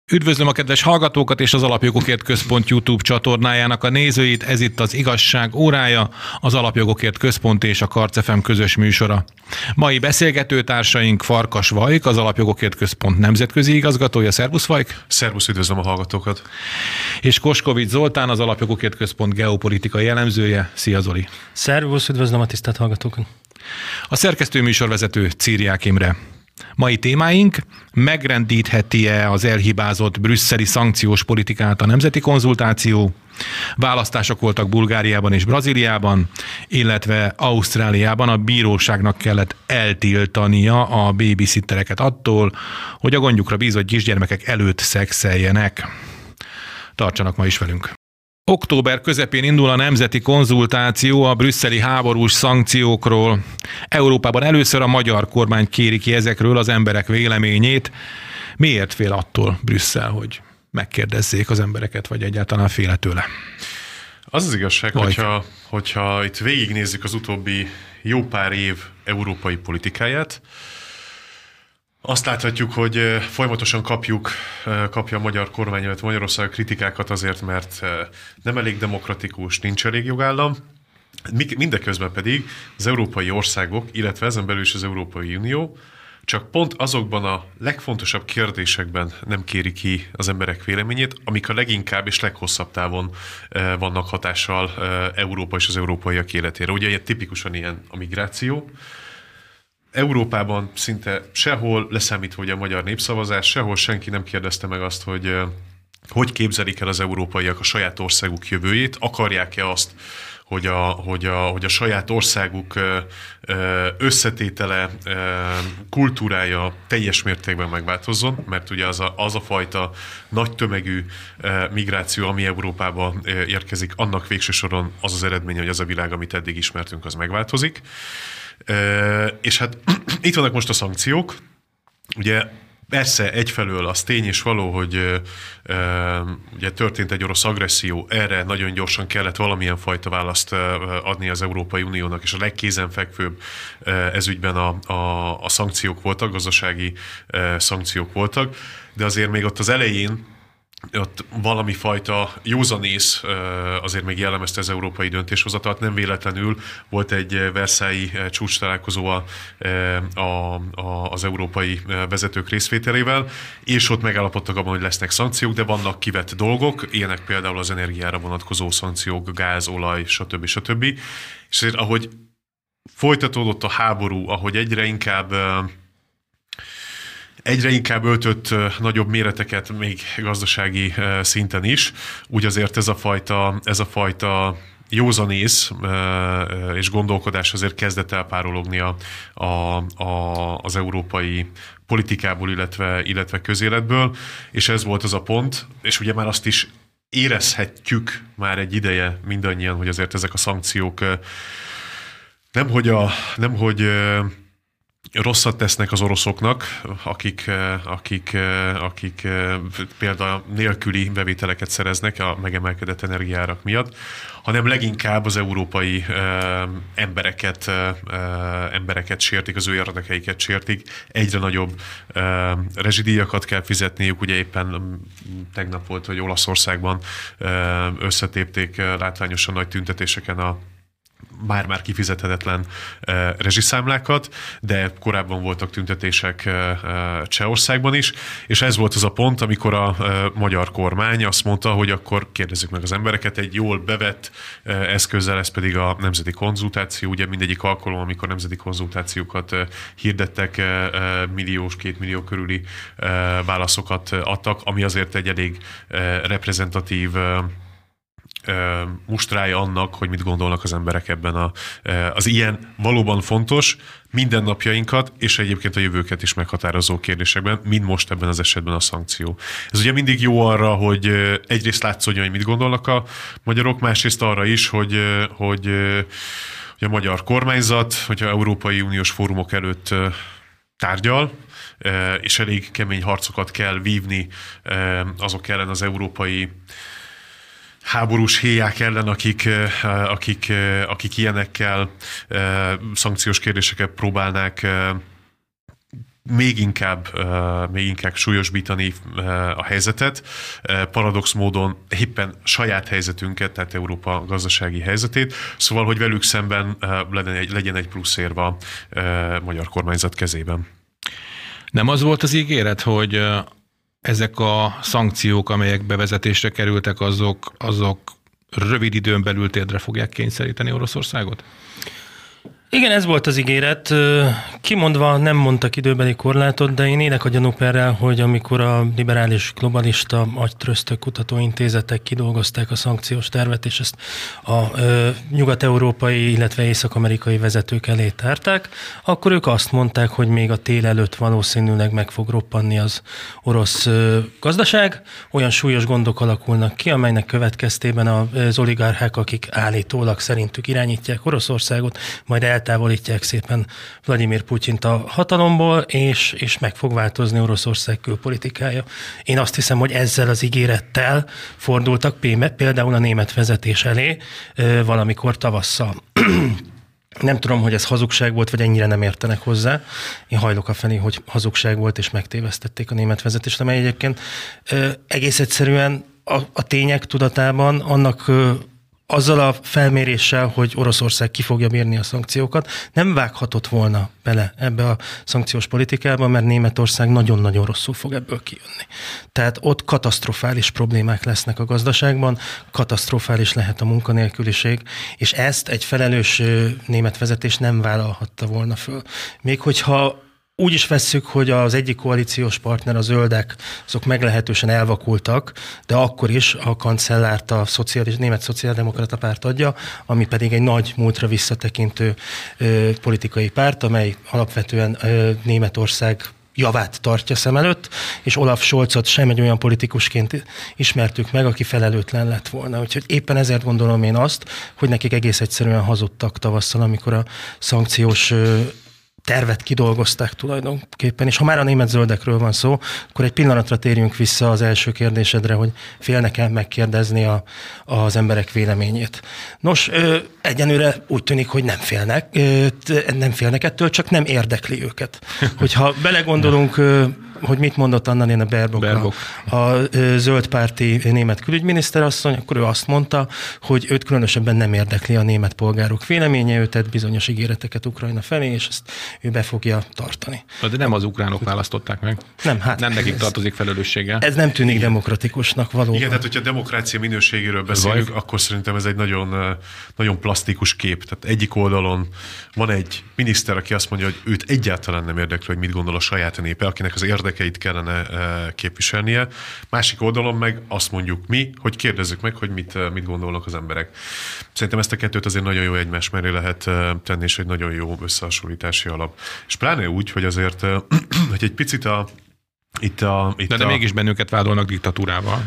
Üdvözlöm a kedves hallgatókat és az Alapjogokért Központ YouTube csatornájának a nézőit. Ez itt az Igazság órája, az Alapjogokért Központ és a Karc FM közös műsora. Mai beszélgetőtársaink Farkas Vajk, az Alapjogokért Központ nemzetközi igazgatója. Szervusz Vajk! Szervusz, üdvözlöm a hallgatókat! És Koskovics Zoltán, az Alapjogokért Központ geopolitikai elemzője. Szia Zoli! Szervusz, üdvözlöm a tisztelt hallgatókat! A szerkesztő műsorvezető Círiák Imre. Mai témáink: megrendítheti-e az elhibázott brüsszeli szankciós politikát a nemzeti konzultáció? Választások voltak Bulgáriában és Brazíliában, illetve Ausztráliában a bíróságnak kellett eltiltania a babysittereket attól, hogy a gondjukra bízott kisgyermekek előtt szexeljenek. Tartsanak ma is velünk! Október közepén indul a nemzeti konzultáció a brüsszeli háborús szankciókról. Európában először a magyar kormány kéri ki ezekről az emberek véleményét. Miért fél attól Brüsszel, hogy megkérdezzék az embereket, vagy egyáltalán fél tőle? Az az igazság, hogyha itt végignézzük az utóbbi jó pár év európai politikáját, azt láthatjuk, hogy folyamatosan kapja a magyar kormány, illetve Magyarország kritikákat azért, mert nem elég demokratikus, nincs elég jogállam. Mindeközben pedig az európai országok, illetve ezen belül is az Európai Unió csak pont azokban a legfontosabb kérdésekben nem kéri ki az emberek véleményét, amik a leginkább és leghosszabb távon vannak hatással Európa és az európaiak életére. Ugye tipikusan ilyen a migráció. Európában szinte sehol, leszámítva ugye a magyar népszavazás, sehol senki nem kérdezte meg azt, hogy képzelik el az európaiak a saját országuk jövőjét, akarják-e azt, hogy a saját országuk összetétele, kultúrája teljes mértékben megváltozzon, mert ugye az a fajta nagy tömegű migráció, ami Európába érkezik, annak végső soron az az eredménye, hogy az a világ, amit eddig ismertünk, az megváltozik. És hát itt vannak most a szankciók. Ugye persze egyfelől az tény és való, hogy ugye történt egy orosz agresszió, erre nagyon gyorsan kellett valamilyen fajta választ adni az Európai Uniónak, és a legkézenfekvőbb ezügyben a szankciók voltak, gazdasági szankciók voltak, de azért még ott az elején ott valami fajta józanész azért még jellemezte az európai döntéshozatalt. Nem véletlenül volt egy versailles csúcs találkozó az európai vezetők részvételével, és ott megállapodtak abban, hogy lesznek szankciók, de vannak kivett dolgok, ilyenek például az energiára vonatkozó szankciók, gáz, olaj, stb. És azért, ahogy folytatódott a háború, ahogy egyre inkább öltött nagyobb méreteket még gazdasági szinten is, úgy azért ez a fajta józanész és gondolkodás azért kezdett elpárologni az európai politikából, illetve közéletből, és ez volt az a pont, és ugye már azt is érezhetjük már egy ideje mindannyian, hogy azért ezek a szankciók nemhogy rosszat tesznek az oroszoknak, akik például nélküli bevételeket szereznek a megemelkedett energiárak miatt, hanem leginkább az európai embereket sértik, az ő érdekeiket sértik. Egyre nagyobb rezsidíjakat kell fizetniük. Ugye éppen tegnap volt, hogy Olaszországban összetépték látványosan nagy tüntetéseken a már kifizethetetlen rezsiszámlákat, de korábban voltak tüntetések Csehországban is, és ez volt az a pont, amikor a magyar kormány azt mondta, hogy akkor kérdezzük meg az embereket, egy jól bevett eszközzel, ez pedig a nemzeti konzultáció. Ugye mindegyik alkalom, amikor nemzeti konzultációkat hirdettek, milliós, 2 millió körüli válaszokat adtak, ami azért egy elég reprezentatív mustrája annak, hogy mit gondolnak az emberek ebben az ilyen valóban fontos mindennapjainkat, és egyébként a jövőket is meghatározó kérdésekben, mind most ebben az esetben a szankció. Ez ugye mindig jó arra, hogy egyrészt látszódjon, hogy mit gondolnak a magyarok, másrészt arra is, hogy a magyar kormányzat, hogyha Európai Uniós fórumok előtt tárgyal, és elég kemény harcokat kell vívni azok ellen, az európai háborús héják ellen, akik ilyenekkel szankciós kérdéseket próbálnák még inkább súlyosbítani a helyzetet. Paradox módon éppen saját helyzetünket, tehát Európa gazdasági helyzetét, szóval, hogy velük szemben legyen egy plusz érv a magyar kormányzat kezében. Nem az volt az ígéret, hogy ezek a szankciók, amelyek bevezetésre kerültek, azok rövid időn belül térdre fogják kényszeríteni Oroszországot? Igen, ez volt az ígéret. Kimondva nem mondtak időbeli korlátot, de én élek a gyanúperrel, hogy amikor a liberális globalista agytröztök kutatóintézetek kidolgozták a szankciós tervet, és ezt a nyugat-európai, illetve észak-amerikai vezetők elé tárták, akkor ők azt mondták, hogy még a tél előtt valószínűleg meg fog roppanni az orosz gazdaság. Olyan súlyos gondok alakulnak ki, amelynek következtében az oligarchák, akik állítólag szerintük irányítják Oroszországot, majd eltávolítják szépen Vladimir Putyint a hatalomból, és meg fog változni Oroszország külpolitikája. Én azt hiszem, hogy ezzel az ígérettel fordultak például a német vezetés elé valamikor tavasszal. Nem tudom, hogy ez hazugság volt, vagy ennyire nem értenek hozzá. Én hajlok afelé, hogy hazugság volt, és megtévesztették a német vezetést, amely egyébként egész egyszerűen a tények tudatában annak azzal a felméréssel, hogy Oroszország ki fogja bírni a szankciókat, nem vághatott volna bele ebbe a szankciós politikába, mert Németország nagyon-nagyon rosszul fog ebből kijönni. Tehát ott katasztrofális problémák lesznek a gazdaságban, katasztrofális lehet a munkanélküliség, és ezt egy felelős német vezetés nem vállalhatta volna föl. Még hogyha úgy is vesszük, hogy az egyik koalíciós partner, a zöldek, azok meglehetősen elvakultak, de akkor is a kancellárt a német szociáldemokrata párt adja, ami pedig egy nagy múltra visszatekintő politikai párt, amely alapvetően Németország javát tartja szem előtt, és Olaf Scholzot sem egy olyan politikusként ismertük meg, aki felelőtlen lett volna. Úgyhogy éppen ezért gondolom én azt, hogy nekik egész egyszerűen hazudtak tavasszal, amikor a szankciós tervet kidolgozták tulajdonképpen, és ha már a német zöldekről van szó, akkor egy pillanatra térjünk vissza az első kérdésedre, hogy félnek-e megkérdezni az emberek véleményét. Nos, egyenlőre úgy tűnik, hogy nem félnek ettől, csak nem érdekli őket. Hogyha belegondolunk, hogy mit mondott Annalena Baerbock, a zöldpárti német külügyminiszterasszony, akkor ő azt mondta, hogy őt különösebben nem érdekli a német polgárok véleménye, ő tett bizonyos ígéreteket Ukrajna felé, és ezt ő be fogja tartani. De nem az ukránok választották meg. Nem nekik tartozik felelősséggel. Ez nem tűnik demokratikusnak valóban. Igen, tehát hogyha a demokrácia minőségéről beszélünk, akkor szerintem ez egy nagyon, nagyon plastikus kép. Tehát egyik oldalon van egy miniszter, aki azt mondja, hogy őt egyáltalán nem érdekli, hogy mit gondol a saját népe, akinek az érdekeit kellene képviselnie. Másik oldalon meg azt mondjuk mi, hogy kérdezzük meg, hogy mit gondolnak az emberek. Szerintem ezt a kettőt azért nagyon jó egymás mellé lehet tenni, és egy nagyon jó összehasonlítási alap. És pláne úgy, hogy azért, hogy egy picit De mégis bennünket vádolnak diktatúrával.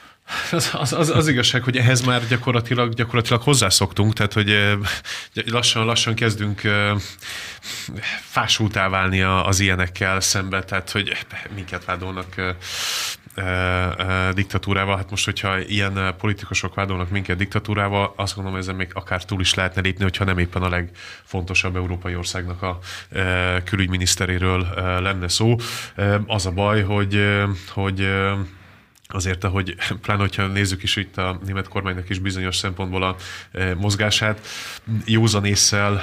Az igazság, hogy ehhez már gyakorlatilag hozzászoktunk, tehát hogy lassan kezdünk fásultá válni az ilyenekkel szembe, tehát hogy minket vádolnak diktatúrával. Hát most, hogyha ilyen politikusok vádolnak minket diktatúrával, azt gondolom, ezen még akár túl is lehetne lépni, hogyha nem éppen a legfontosabb európai országnak a külügyminiszteréről lenne szó. Az a baj, hogy azért, ahogy pláne, hogyha nézzük is itt a német kormánynak is bizonyos szempontból a mozgását, józan ésszel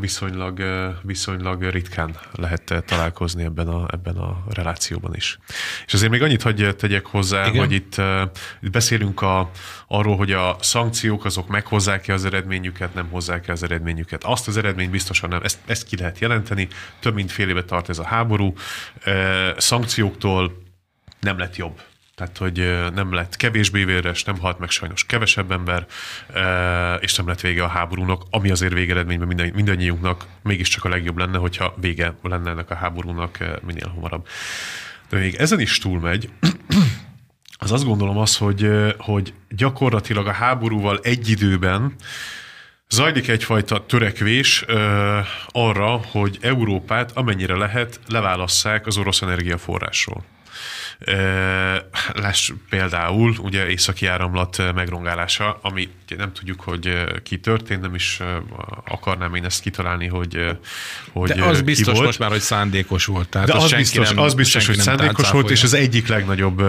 viszonylag ritkán lehet találkozni ebben a relációban is. És azért még annyit hadd tegyek hozzá, igen, hogy itt beszélünk arról, hogy a szankciók azok meghozzák-e az eredményüket, nem hozzák-e az eredményüket. Azt az eredményt biztosan nem. Ezt ki lehet jelenteni. Több mint fél éve tart ez a háború. Szankcióktól nem lett jobb. Tehát, hogy nem lett kevésbé véres, nem halt meg sajnos kevesebb ember, és nem lett vége a háborúnak, ami azért végeredményben mindannyiunknak mégiscsak a legjobb lenne, hogyha vége lenne ennek a háborúnak minél hamarabb. De még ezen is túlmegy, az azt gondolom hogy gyakorlatilag a háborúval egy időben zajlik egyfajta törekvés arra, hogy Európát amennyire lehet leválasszák az orosz energiaforrásról. Láss például ugye északi áramlat megrongálása, ami nem tudjuk, hogy ki történt, nem is akarnám én ezt kitalálni, hogy de az biztos volt. most már, hogy szándékos volt. Tehát de az biztos, hogy szándékos volt, és az egyik legnagyobb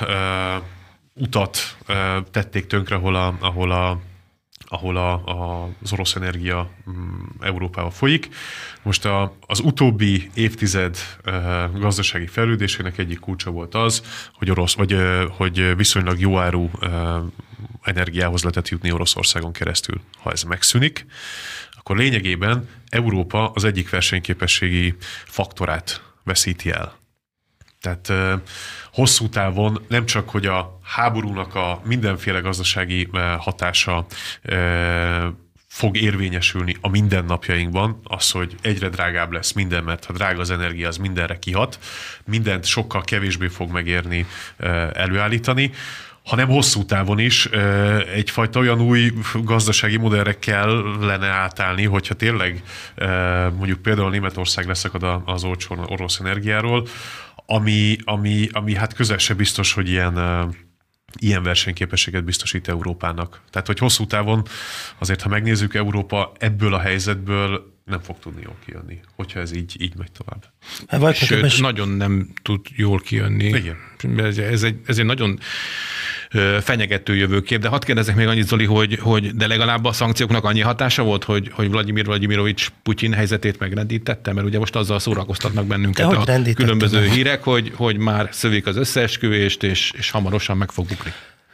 utat tették tönkre, ahol az orosz energia Európába folyik. Most az utóbbi évtized gazdasági fejlődésének egyik kulcsa volt az, hogy viszonylag jó áru energiához lehetett jutni Oroszországon keresztül. Ha ez megszűnik, akkor lényegében Európa az egyik versenyképességi faktorát veszíti el. Tehát hosszú távon nem csak, hogy a háborúnak a mindenféle gazdasági hatása fog érvényesülni a mindennapjainkban, az, hogy egyre drágább lesz minden, mert ha drága az energia, az mindenre kihat, mindent sokkal kevésbé fog megérni előállítani, hanem hosszú távon is egyfajta olyan új gazdasági modellre kellene átállni, hogyha tényleg mondjuk például Németország leszakad az olcsó orosz energiáról, ami hát közel se biztos, hogy ilyen versenyképességet biztosít Európának. Tehát, hogy hosszú távon azért, ha megnézzük, Európa ebből a helyzetből nem fog tudni jól kijönni, hogyha ez így megy tovább. Sőt, nagyon nem tud jól kijönni. Igen. Ez egy nagyon fenyegető jövőkép, de hadd kérdezzek még annyit, Zoli, hogy de legalább a szankcióknak annyi hatása volt, hogy Vladimir Vladimirovics Putyin helyzetét megrendítette, mert ugye most azzal szórakoztatnak bennünket a különböző hírek, hogy már szövik az összeesküvést, és hamarosan meg fog bukni.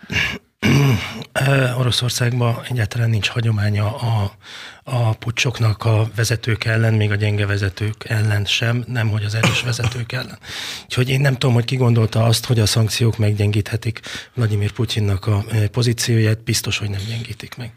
Oroszországban egyáltalán nincs hagyománya a puccsoknak a vezetők ellen, még a gyenge vezetők ellen sem, nemhogy az erős vezetők ellen. Úgyhogy én nem tudom, hogy ki gondolta azt, hogy a szankciók meggyengíthetik Vladimir Putyinnak a pozícióját, biztos, hogy nem gyengítik meg.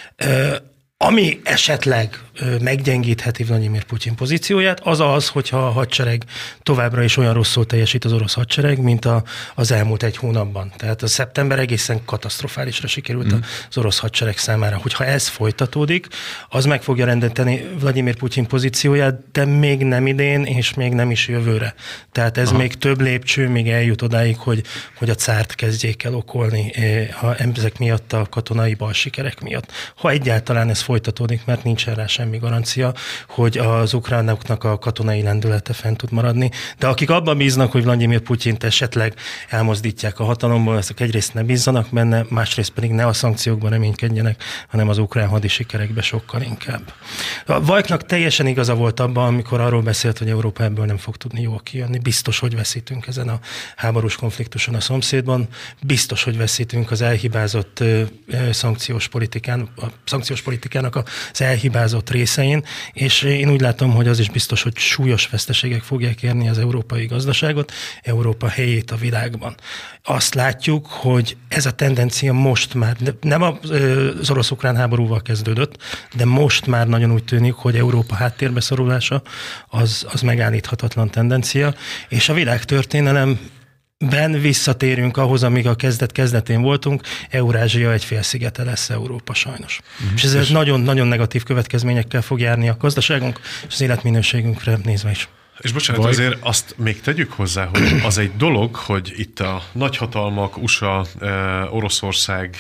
Ami esetleg meggyengítheti Vladimir Putyin pozícióját, az, hogyha a hadsereg továbbra is olyan rosszul teljesít az orosz hadsereg, mint az elmúlt egy hónapban. Tehát a szeptember egészen katasztrofálisra sikerült az orosz hadsereg számára. Hogyha ez folytatódik, az meg fogja rendíteni Vladimir Putyin pozícióját, de még nem idén, és még nem is jövőre. Tehát ez még több lépcső, még eljut odáig, hogy a cárt kezdjék el okolni ezek miatt, a katonai balsikerek miatt. Ha egyáltalán ez folytatódik, mert nincsen rá semmi garancia, hogy az ukránoknak a katonai lendülete fent tud maradni. De akik abban bíznak, hogy Vladimir Putyint esetleg elmozdítják a hatalomból, ezek egyrészt ne bízzanak benne, másrészt pedig ne a szankciókban reménykedjenek, hanem az ukrán hadisikerekbe sokkal inkább. A Vajknak teljesen igaza volt abban, amikor arról beszélt, hogy Európa ebből nem fog tudni jól kijönni. Biztos, hogy veszítünk ezen a háborús konfliktuson a szomszédban, biztos, hogy veszítünk az elhibázott szankciós politikának az elhibázott részein, és én úgy látom, hogy az is biztos, hogy súlyos veszteségek fogják érni az európai gazdaságot, Európa helyét a világban. Azt látjuk, hogy ez a tendencia most már, nem az orosz-ukrán háborúval kezdődött, de most már nagyon úgy tűnik, hogy Európa háttérbe szorulása az megállíthatatlan tendencia, és a világtörténelemben visszatérünk ahhoz, amíg a kezdetén voltunk, Eurázsia egy félszigete lesz Európa sajnos. És ez nagyon-nagyon negatív következményekkel fog járni a gazdaságunk, és az életminőségünkre nézve is. És bocsánat, azért azt még tegyük hozzá, hogy az egy dolog, hogy itt a nagyhatalmak, USA, Oroszország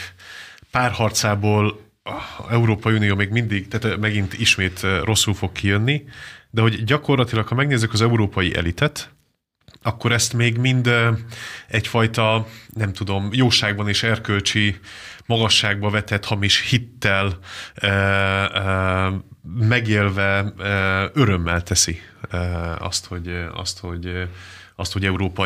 párharcából az Európai Unió még mindig, tehát megint ismét rosszul fog kijönni, de hogy gyakorlatilag, ha megnézzük az európai elitet, akkor ezt még mind egyfajta, nem tudom, jóságban és erkölcsi magasságba vetett hamis hittel megélve örömmel teszi azt, hogy Európa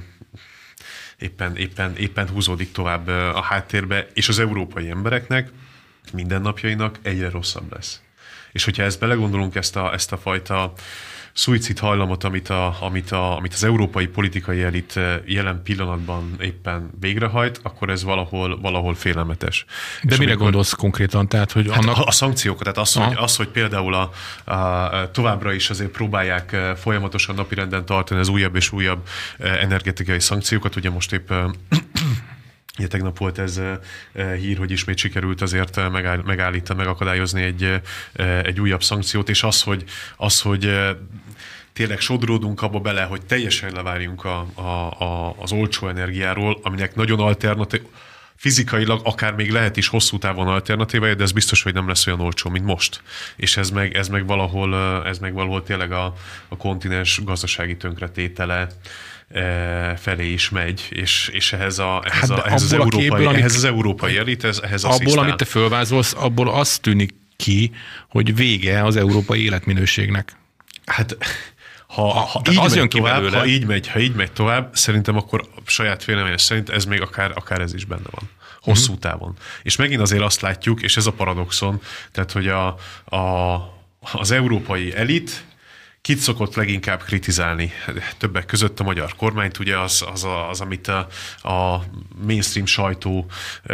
éppen húzódik tovább a háttérbe, és az európai embereknek mindennapjainak egyre rosszabb lesz. És hogyha ezt belegondolunk, ezt a fajta szuicid hajlamot, amit az európai politikai elit jelen pillanatban éppen végrehajt, akkor ez valahol félelmetes. De és mire gondolsz konkrétan? Tehát, hogy a szankciókat, tehát az, hogy például továbbra is azért próbálják folyamatosan napirenden tartani az újabb és újabb energetikai szankciókat, ugye most épp ugye tegnap volt ez hír, hogy ismét sikerült azért megakadályozni egy újabb szankciót, és az, hogy tényleg sodródunk abba bele, hogy teljesen levárjunk az olcsó energiáról, aminek nagyon alternatív, fizikailag akár még lehet is hosszú távon alternatívája, de ez biztos, hogy nem lesz olyan olcsó, mint most. És ez meg valahol tényleg a kontinens gazdasági tönkretétele felé is megy, és ehhez az európai elit, ehhez asszisztál. Abból, amit te fölvázolsz, abból az tűnik ki, hogy vége az európai életminőségnek. Hát ha így megy tovább, szerintem akkor saját véleményem szerint ez még akár ez is benne van. Hosszú távon. És megint azért azt látjuk, és ez a paradoxon, tehát hogy az európai elit kit szokott leginkább kritizálni? Többek között a magyar kormányt, ugye az amit a mainstream sajtó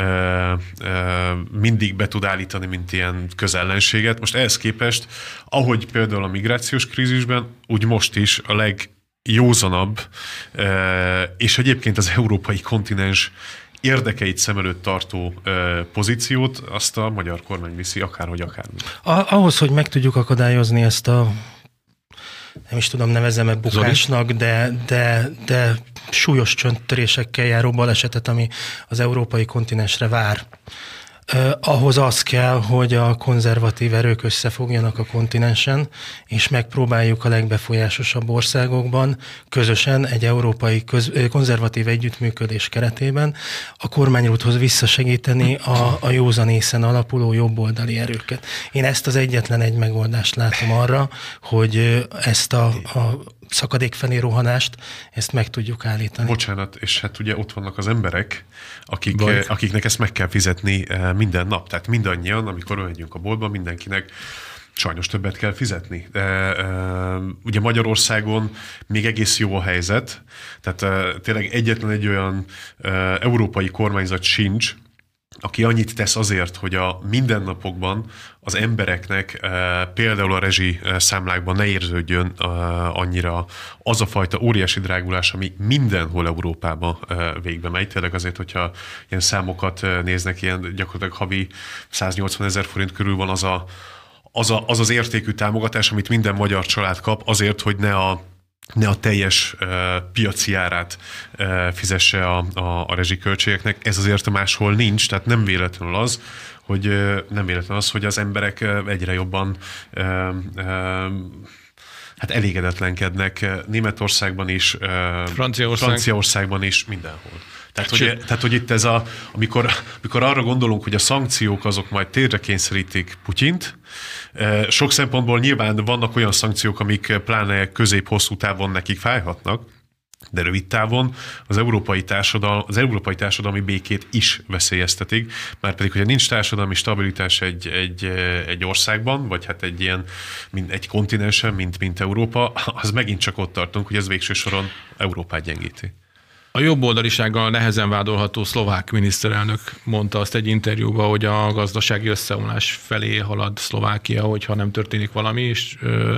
mindig be tud állítani, mint ilyen közellenséget. Most ehhez képest, ahogy például a migrációs krízisben, úgy most is a legjózanabb, és egyébként az európai kontinens érdekeit szem előtt tartó pozíciót, azt a magyar kormány viszi akárhogy akármi. Ahhoz, hogy meg tudjuk akadályozni ezt a nem is tudom, nevezem-e bukásnak, de súlyos csöndtörésekkel járó balesetet, ami az európai kontinensre vár. Ahhoz az kell, hogy a konzervatív erők összefogjanak a kontinensen, és megpróbáljuk a legbefolyásosabb országokban közösen egy európai konzervatív együttműködés keretében a kormányúthoz visszasegíteni a józan észen alapuló jobboldali erőket. Én ezt az egyetlen egy megoldást látom arra, hogy ezt a szakadékfelé rohanást, ezt meg tudjuk állítani. Bocsánat, és hát ugye ott vannak az emberek, akiknek ezt meg kell fizetni minden nap. Tehát mindannyian, amikor megyünk a boltba, mindenkinek sajnos többet kell fizetni. Ugye Magyarországon még egész jó a helyzet, tehát tényleg egyetlen egy olyan európai kormányzat sincs, aki annyit tesz azért, hogy a mindennapokban az embereknek például a rezsi számlákban ne érződjön annyira az a fajta óriási drágulás, ami mindenhol Európában végbe megy. Tényleg azért, hogyha ilyen számokat néznek, ilyen gyakorlatilag havi 180 000 forint körül van az értékű támogatás, amit minden magyar család kap azért, hogy ne a teljes piaci árát fizesse a rezsiköltségeknek. Ez azért máshol nincs, tehát nem véletlenül az, hogy az emberek egyre jobban elégedetlenkednek Németországban is, Franciaországban is, mindenhol. Tehát, hogy itt ez amikor arra gondolunk, hogy a szankciók azok majd térdre kényszerítik Putyint, sok szempontból nyilván vannak olyan szankciók, amik pláne közép-hosszú távon nekik fájhatnak, de rövid távon az európai társadalmi békét is veszélyeztetik, márpedig, hogyha nincs társadalmi stabilitás egy országban, vagy hát egy kontinensen, mint Európa, az megint csak ott tartunk, hogy ez végső soron Európát gyengíti. A jobboldalisággal nehezen vádolható szlovák miniszterelnök mondta azt egy interjúban, hogy a gazdasági összeomlás felé halad Szlovákia, hogyha nem történik valami, és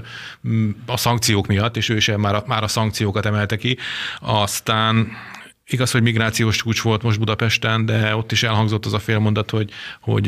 a szankciók miatt, és ő sem már a szankciókat emelte ki. Aztán igaz, hogy migrációs csúcs volt most Budapesten, de ott is elhangzott az a félmondat, hogy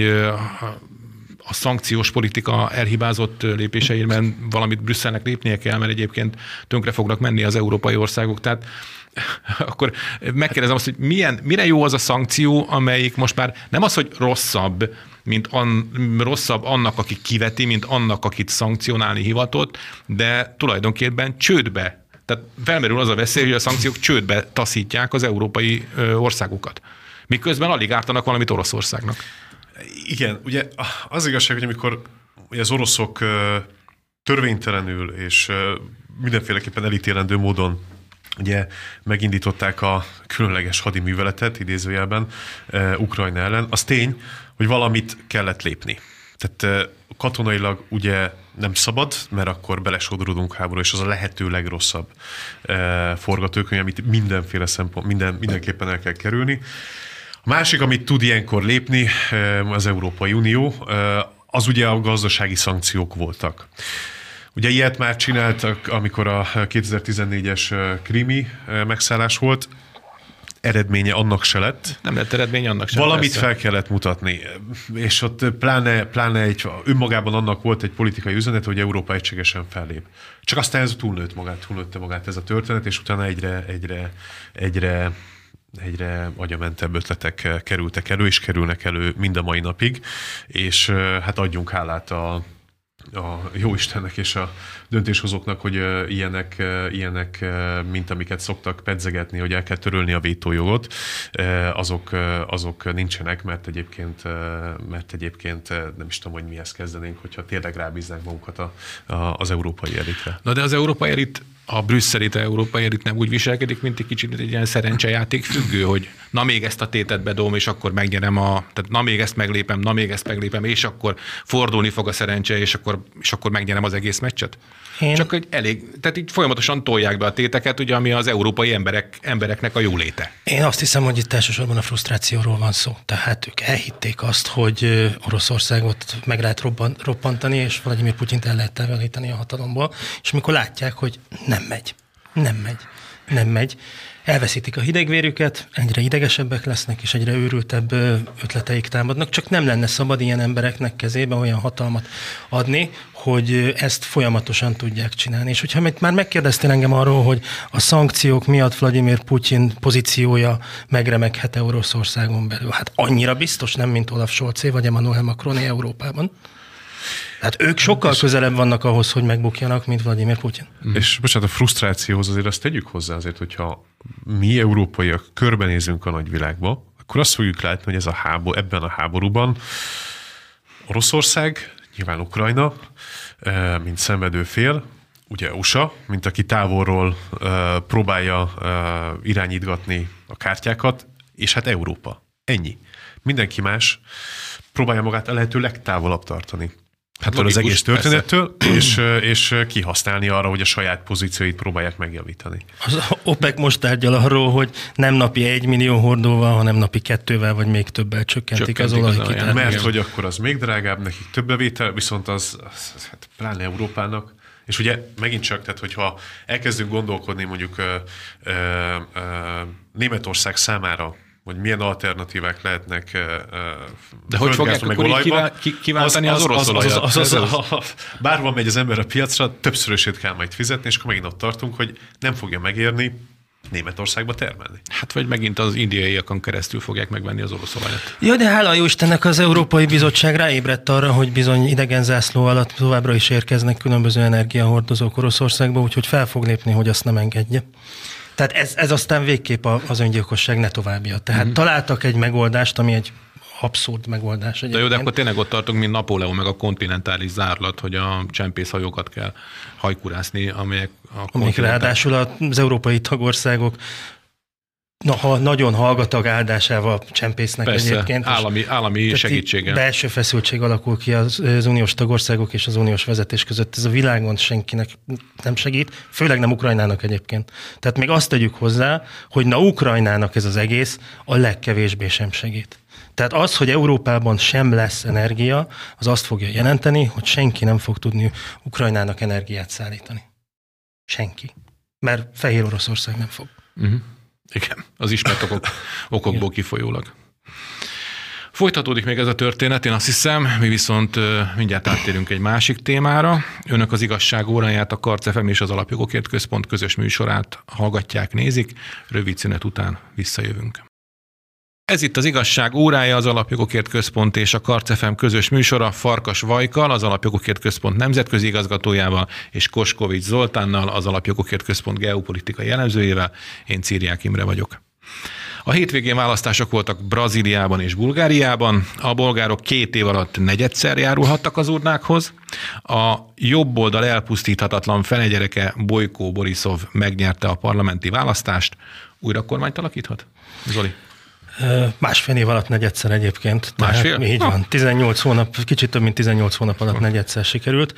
a szankciós politika elhibázott lépéseiben valamit Brüsszelnek lépnie kell, mert egyébként tönkre fognak menni az európai országok. Tehát akkor megkérdezem azt, hogy mire jó az a szankció, amelyik most már nem az, hogy rosszabb, rosszabb annak, aki kiveti, mint annak, akit szankcionálni hivatott, de tulajdonképpen csődbe. Tehát felmerül az a veszély, hogy a szankciók csődbe taszítják az európai országokat. Miközben alig ártanak valamit Oroszországnak. Igen, ugye az igazság, hogy amikor ugye az oroszok törvénytelenül és mindenféleképpen elítélendő módon ugye megindították a különleges hadiműveletet, idézőjelben, Ukrajna ellen, az tény, hogy valamit kellett lépni. Tehát katonailag ugye nem szabad, mert akkor belesodródunk háború, és az a lehető legrosszabb forgatókönyv, amit mindenféle szempont, mindenképpen el kell kerülni. A másik, amit tud ilyenkor lépni, az Európai Unió, az ugye a gazdasági szankciók voltak. Ugye ilyet már csináltak, amikor a 2014-es krími megszállás volt. eredménye annak se lett. Nem lett eredménye annak se. Valamit persze fel kellett mutatni. És ott pláne önmagában annak volt egy politikai üzenet, hogy Európa egységesen fellép. Csak aztán ez túlnőtte magát ez a történet, és utána egyre agyamentebb ötletek kerültek elő, és kerülnek elő mind a mai napig, és hát adjunk hálát a Jóistennek és a döntéshozóknak, hogy ilyenek, mint amiket szoktak pedzegetni, hogy el kell törölni a vétójogot, azok nincsenek, mert egyébként nem is tudom, hogy mihez kezdenénk, hogyha tényleg rábíznánk magunkat az európai elitre. Na de az európai elit, a brüsszeli európai elit nem úgy viselkedik, mint egy kicsit egy ilyen szerencsejáték függő, hogy na még ezt a tétet bedom, és akkor megnyerem tehát na még ezt meglépem, és akkor fordulni fog a szerencse, és akkor megnyerem az egész meccset. Csak hogy tehát így folyamatosan tolják be a téteket, ugye, ami az európai embereknek a jóléte. Én azt hiszem, hogy itt elsősorban a frusztrációról van szó. Tehát ők elhitték azt, hogy Oroszországot meg lehet roppantani, és Vladimir Putyint el lehet távolítani a hatalomból, és mikor látják, hogy nem megy, elveszítik a hidegvérüket, egyre idegesebbek lesznek, és egyre őrültebb ötleteik támadnak, csak nem lenne szabad ilyen embereknek kezébe olyan hatalmat adni, hogy ezt folyamatosan tudják csinálni. És hogyha már megkérdeztél engem arról, hogy a szankciók miatt Vladimir Putyin pozíciója megremeghet Oroszországon belül, hát annyira biztos nem, mint Olaf Scholzé vagy Emmanuel Macroné Európában. Hát ők sokkal közelebb vannak ahhoz, hogy megbukjanak, mint Vladimir Putyin. És bocsánat, a frusztrációhoz azért azt tegyük hozzá azért, hogyha mi európaiak körbenézünk a nagyvilágba, akkor azt fogjuk látni, hogy ebben a háborúban Oroszország, nyilván Ukrajna, mint szenvedő fél, ugye USA, mint aki távolról próbálja irányítgatni a kártyákat, és hát Európa. Ennyi. Mindenki próbálja magát a lehető legtávolabb tartani. Hát az egész történettől, és kihasználni arra, hogy a saját pozícióit próbálják megjavítani. Az OPEC most tárgyal arról, hogy nem napi 1 millió hordóval, hanem napi 2-vel, vagy még többel csökkentik az olajkitermelést. Mert hogy akkor az még drágább, nekik több bevétel, viszont az hát pláne Európának. És ugye megint csak, tehát hogyha elkezdünk gondolkodni mondjuk Németország számára, hogy milyen alternatívák lehetnek de hogy fogják akkor kiváltani az orosz olajat? Bárhol megy az ember a piacra, többszörösét kell majd fizetni, és akkor megint ott tartunk, hogy nem fogja megérni Németországba termelni. Hát vagy megint az indiaiakon keresztül fogják megvenni az orosz olajat. Ja, de hála jó Istennek az Európai Bizottság ráébredt arra, hogy bizony idegen zászló alatt továbbra is érkeznek különböző energiahordozók Oroszországba, úgyhogy fel fog lépni, hogy azt nem engedje. Tehát ez aztán végképp az öngyilkosság ne továbbja. Tehát találtak egy megoldást, ami egy abszurd megoldás egyébként. De jó, de akkor tényleg ott tartunk, mint Napóleon meg a kontinentális zárlat, hogy a csempészhajókat kell hajkurászni, amelyek ráadásul az európai tagországok ha nagyon hallgatag áldásával csempésznek. Persze, egyébként. Állami segítséggel. Belső feszültség alakul ki az uniós tagországok és az uniós vezetés között. Ez a világon senkinek nem segít, főleg nem Ukrajnának egyébként. Tehát még azt tegyük hozzá, hogy Ukrajnának ez az egész a legkevésbé sem segít. Tehát az, hogy Európában sem lesz energia, az azt fogja jelenteni, hogy senki nem fog tudni Ukrajnának energiát szállítani. Senki. Mert Fehér Oroszország nem fog. Igen, az ismert okokból kifolyólag. Folytatódik még ez a történet, én azt hiszem, mi viszont mindjárt áttérünk egy másik témára. Önök az Igazság óráját, a Karc FM és az Alapjogokért Központ közös műsorát hallgatják, nézik. Rövid szünet után visszajövünk. Ez itt az Igazság órája, az Alapjogokért Központ és a Karc FM közös műsora Farkas Vajkal, az Alapjogokért Központ nemzetközi igazgatójával, és Koskovics Zoltánnal, az Alapjogokért Központ geopolitikai elemzőjével. Én Círiák Imre vagyok. A hétvégén választások voltak Brazíliában és Bulgáriában. A bolgárok 2 év alatt negyedszer járulhattak az urnákhoz. A jobb oldal elpusztíthatatlan fenegyereke Bojko Borisov megnyerte a parlamenti választást. Újra kormányt alakíthat? Zoli? 1,5 év alatt negyedszer egyébként. Másfél? Így van. 18 hónap, kicsit több mint 18 hónap alatt negyedszer sikerült.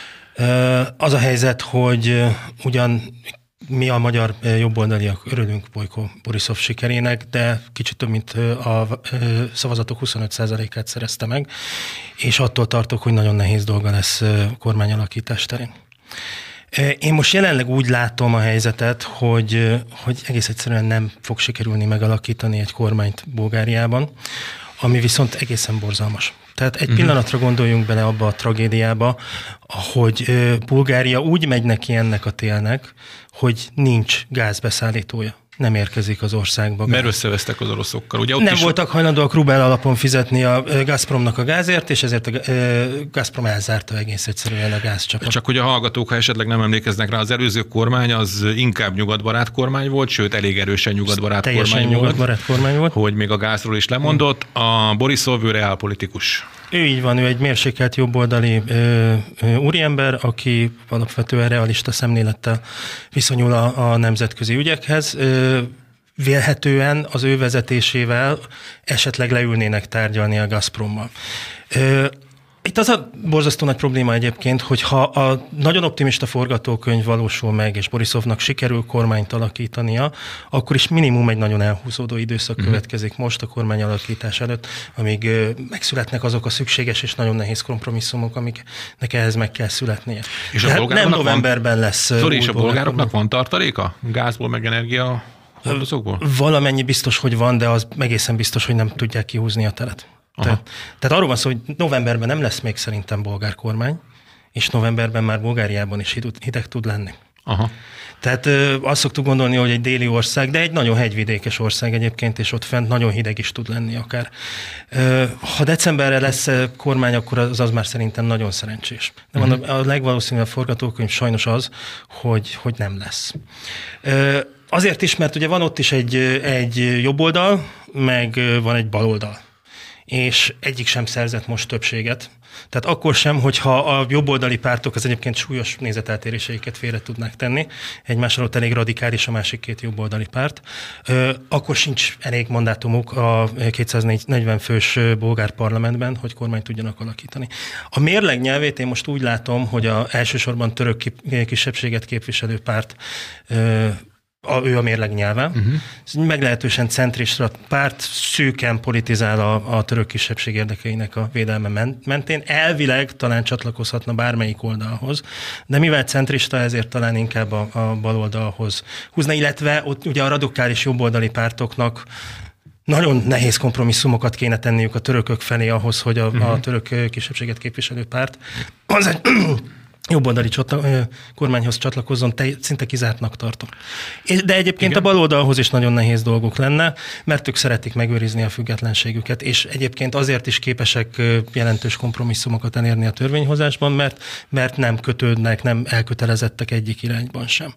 Az a helyzet, hogy ugyan mi a magyar jobboldaliak örülünk Bojko Borisov sikerének, de kicsit több mint a szavazatok 25%-át szerezte meg, és attól tartok, hogy nagyon nehéz dolga lesz kormányalakítás terén. Én most jelenleg úgy látom a helyzetet, hogy egész egyszerűen nem fog sikerülni megalakítani egy kormányt Bulgáriában, ami viszont egészen borzalmas. Tehát egy pillanatra gondoljunk bele abba a tragédiába, hogy Bulgária úgy megy neki ennek a télnek, hogy nincs gázbeszállítója. Nem érkezik az országba. Mert összevesztek az oroszokkal. Ugye ott nem voltak hajlandóak rubel alapon fizetni a Gazpromnak a gázért, és ezért a Gazprom elzárta egész egyszerűen a gázcsapot. Csak hogy a hallgatók, ha esetleg nem emlékeznek rá, az előző kormány az inkább nyugatbarát kormány volt, sőt elég erősen nyugatbarát kormány volt. Hogy még a gázról is lemondott. A Borisov, ő reálpolitikus. Ő így van, ő egy mérsékelt jobboldali úriember, aki alapvetően realista szemlélettel viszonyul a nemzetközi ügyekhez. Vélhetően az ő vezetésével esetleg leülnének tárgyalni a Gazprommal. Itt az a borzasztó nagy probléma egyébként, hogy ha a nagyon optimista forgatókönyv valósul meg, és Borisovnak sikerül kormányt alakítania, akkor is minimum egy nagyon elhúzódó időszak következik most a kormány alakítás előtt, amíg megszületnek azok a szükséges és nagyon nehéz kompromisszumok, amiknek ehhez meg kell születnie. És a nem novemberben lesz. Zoli, és a bolgároknak van tartaléka? Gázból, meg energia hordozókból? Valamennyi biztos, hogy van, de az egészen biztos, hogy nem tudják kihúzni a telet. Tehát arról van szó, hogy novemberben nem lesz még szerintem bolgár kormány, és novemberben már Bulgáriában is hideg tud lenni. Aha. Tehát azt szoktuk gondolni, hogy egy déli ország, de egy nagyon hegyvidékes ország egyébként, és ott fent nagyon hideg is tud lenni akár. Ha decemberre lesz kormány, akkor az már szerintem nagyon szerencsés. De a legvalószínűbb forgatókönyv sajnos az, hogy nem lesz. Azért is, mert ugye van ott is egy jobb oldal, meg van egy bal oldal. És egyik sem szerzett most többséget. Tehát akkor sem, hogyha a jobboldali pártok az egyébként súlyos nézeteltéréseiket félre tudnák tenni, egymással ott elég radikális a másik két jobboldali párt, akkor sincs elég mandátumuk a 240 fős bolgár parlamentben, hogy kormányt tudjanak alakítani. A mérleg nyelvét én most úgy látom, hogy elsősorban török kisebbséget képviselő párt ő a mérleg nyelve. Ez meglehetősen centrista párt, szűken politizál a török kisebbség érdekeinek a védelme mentén. Elvileg talán csatlakozhatna bármelyik oldalhoz, de mivel centrista, ezért talán inkább a bal oldalhoz húzna, illetve ott ugye a radikális jobboldali pártoknak nagyon nehéz kompromisszumokat kéne tenniük a törökök felé ahhoz, hogy a török kisebbséget képviselő párt az egy jobboldali kormányhoz csatlakozzon, szinte kizártnak tartom. De egyébként igen, a baloldalhoz is nagyon nehéz dolgok lenne, mert ők szeretik megőrizni a függetlenségüket, és egyébként azért is képesek jelentős kompromisszumokat elérni a törvényhozásban, mert nem kötődnek, nem elkötelezettek egyik irányban sem.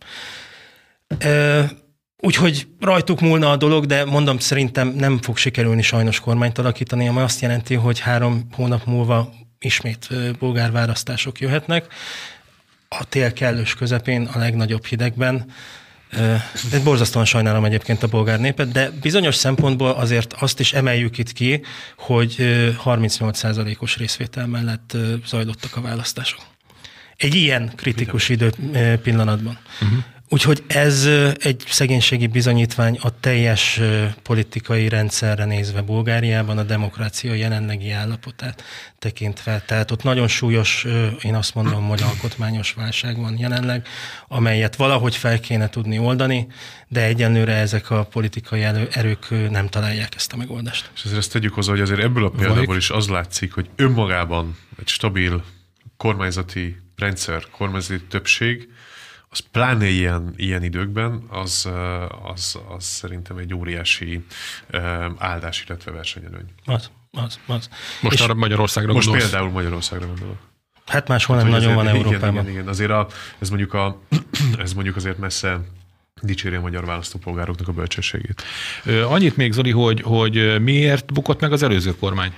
Úgyhogy rajtuk múlna a dolog, de mondom, szerintem nem fog sikerülni sajnos kormányt alakítani, ami azt jelenti, hogy 3 hónap múlva ismét bolgár választások jöhetnek. A tél kellős közepén, a legnagyobb hidegben. De borzasztóan sajnálom egyébként a bolgár népet, de bizonyos szempontból azért azt is emeljük itt ki, hogy 38%-os részvétel mellett zajlottak a választások. Egy ilyen kritikus idő pillanatban. Úgyhogy ez egy szegénységi bizonyítvány a teljes politikai rendszerre nézve Bulgáriában, a demokrácia jelenlegi állapotát tekintve. Tehát ott nagyon súlyos, én azt mondom, hogy alkotmányos válság van jelenleg, amelyet valahogy fel kéne tudni oldani, de egyenlőre ezek a politikai erők nem találják ezt a megoldást. És ezért ezt tegyük hozzá, hogy azért ebből a példából is az látszik, hogy önmagában egy stabil kormányzati rendszer, kormányzati többség, az pláne ilyen időkben, az szerintem egy óriási áldás, illetve versenyelőny. Az. Most arra Magyarországra gondolsz? Most például Magyarországra gondolok. Hát máshol nem nagyon van Európában. Igen. Azért ez mondjuk azért messze dicséri a magyar választópolgároknak a bölcsességét. Annyit még, Zoli, hogy miért bukott meg az előző kormány?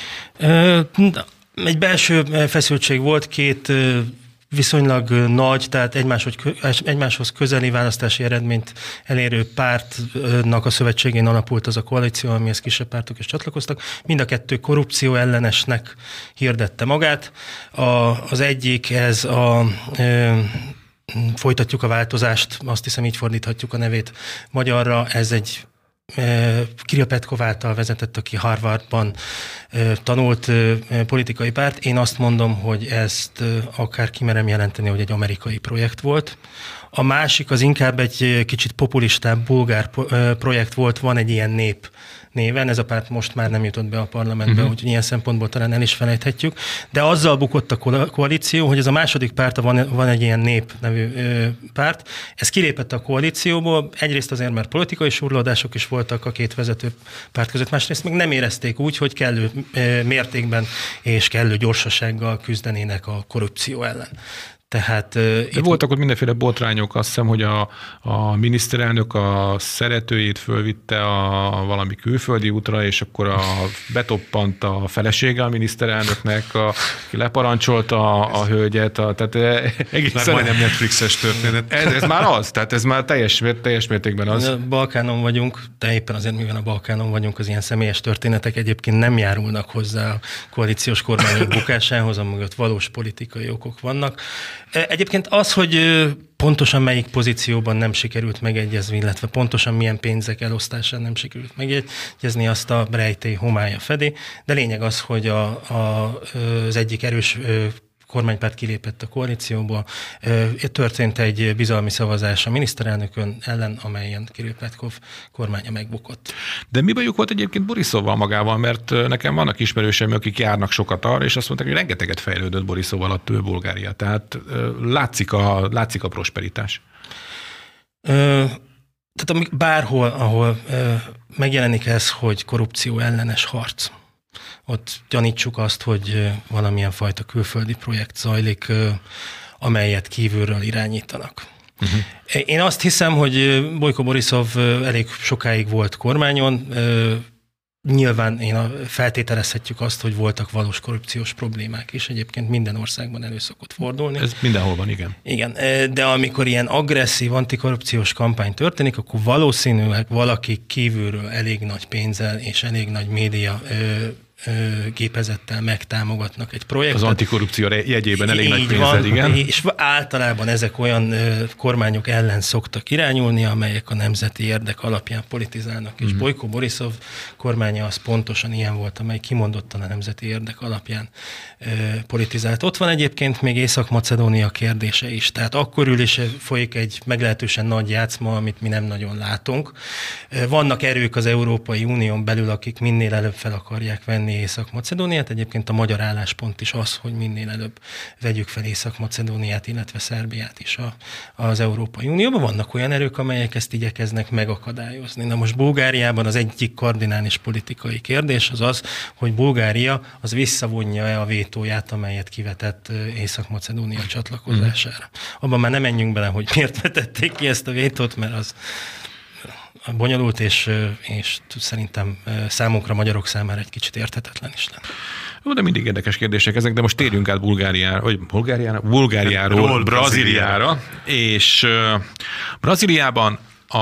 Egy belső feszültség volt, 2 viszonylag nagy, tehát egymáshoz közeli választási eredményt elérő pártnak a szövetségén alapult az a koalíció, amihez kisebb pártok is csatlakoztak. Mind a 2 korrupció ellenesnek hirdette magát. Az egyik ez folytatjuk a változást, azt hiszem így fordíthatjuk a nevét magyarra, ez egy Kirill Petkov által vezetett, aki Harvardban tanult politikai párt. Én azt mondom, hogy ezt akár kimerem jelenteni, hogy egy amerikai projekt volt. A másik az inkább egy kicsit populistább bulgár projekt volt, van egy ilyen nép néven, ez a párt most már nem jutott be a parlamentbe, úgyhogy ilyen szempontból talán el is felejthetjük, de azzal bukott a koalíció, hogy ez a második párt, van egy ilyen nép nevű párt, ez kilépett a koalícióból, egyrészt azért, mert politikai surlódások is voltak a két vezető párt között, másrészt meg nem érezték úgy, hogy kellő mértékben és kellő gyorsasággal küzdenének a korrupció ellen. Tehát, voltak ott mindenféle botrányok, azt hiszem, hogy a miniszterelnök a szeretőjét fölvitte valami külföldi útra, és akkor betoppant a felesége a miniszterelnöknek, aki leparancsolta a hölgyet. Tehát már majdnem Netflixes történet. Ez már az, tehát ez már teljes mértékben az. Balkánon vagyunk, de éppen azért, mivel a Balkánon vagyunk, az ilyen személyes történetek egyébként nem járulnak hozzá a koalíciós kormányok bukásához, amögött valós politikai okok vannak. Egyébként az, hogy pontosan melyik pozícióban nem sikerült megegyezni, illetve pontosan milyen pénzek elosztásán nem sikerült megegyezni, azt a rejtély homálya fedi, de lényeg az, hogy az egyik erős kormánypárt kilépett a koalícióból. Történt egy bizalmi szavazás a miniszterelnökön ellen, amelyen Kirill Petkov kormánya megbukott. De mi bajuk volt egyébként Borisovval magával, mert nekem vannak ismerőseim, akik járnak sokat arra, és azt mondták, hogy rengeteget fejlődött Borisov alatt Bulgária. Tehát látszik a prosperitás. Tehát bárhol, ahol megjelenik ez, hogy korrupció ellenes harc, ott gyanítsuk azt, hogy valamilyen fajta külföldi projekt zajlik, amelyet kívülről irányítanak. Én azt hiszem, hogy Bojko Borisov elég sokáig volt kormányon. Nyilván feltételezhetjük azt, hogy voltak valós korrupciós problémák is. Egyébként minden országban elő szokott fordulni. Ez mindenhol van, igen. Igen, de amikor ilyen agresszív antikorrupciós kampány történik, akkor valószínűleg valaki kívülről elég nagy pénzzel és elég nagy média gépezettel megtámogatnak egy projektet. Az antikorrupció jegyében elég nagy pénzzel, igen. És általában ezek olyan kormányok ellen szoktak irányulni, amelyek a nemzeti érdek alapján politizálnak, és Bojko Borisov kormánya az pontosan ilyen volt, amely kimondottan a nemzeti érdek alapján politizált. Ott van egyébként még Észak-Macedónia kérdése is, tehát akkor is folyik egy meglehetősen nagy játszma, amit mi nem nagyon látunk. Vannak erők az Európai Unión belül, akik minél előbb fel akarják venni Észak-Macedóniát. Egyébként a magyar álláspont is az, hogy minél előbb vegyük fel Észak-Macedóniát, illetve Szerbiát is az Európai Unióban. Vannak olyan erők, amelyek ezt igyekeznek megakadályozni. Na most Bulgáriában az egyik kardinális politikai kérdés az, hogy Bulgária az visszavonja-e a vétóját, amelyet kivetett Észak-Macedónia csatlakozására. Abban már nem menjünk bele, hogy miért vetették ki ezt a vétót, mert az bonyolult, és szerintem számunkra, magyarok számára egy kicsit érthetetlen is lenne. Jó, de mindig érdekes kérdések ezek, de most térjünk át Bulgáriáról Brazíliára, és Brazíliában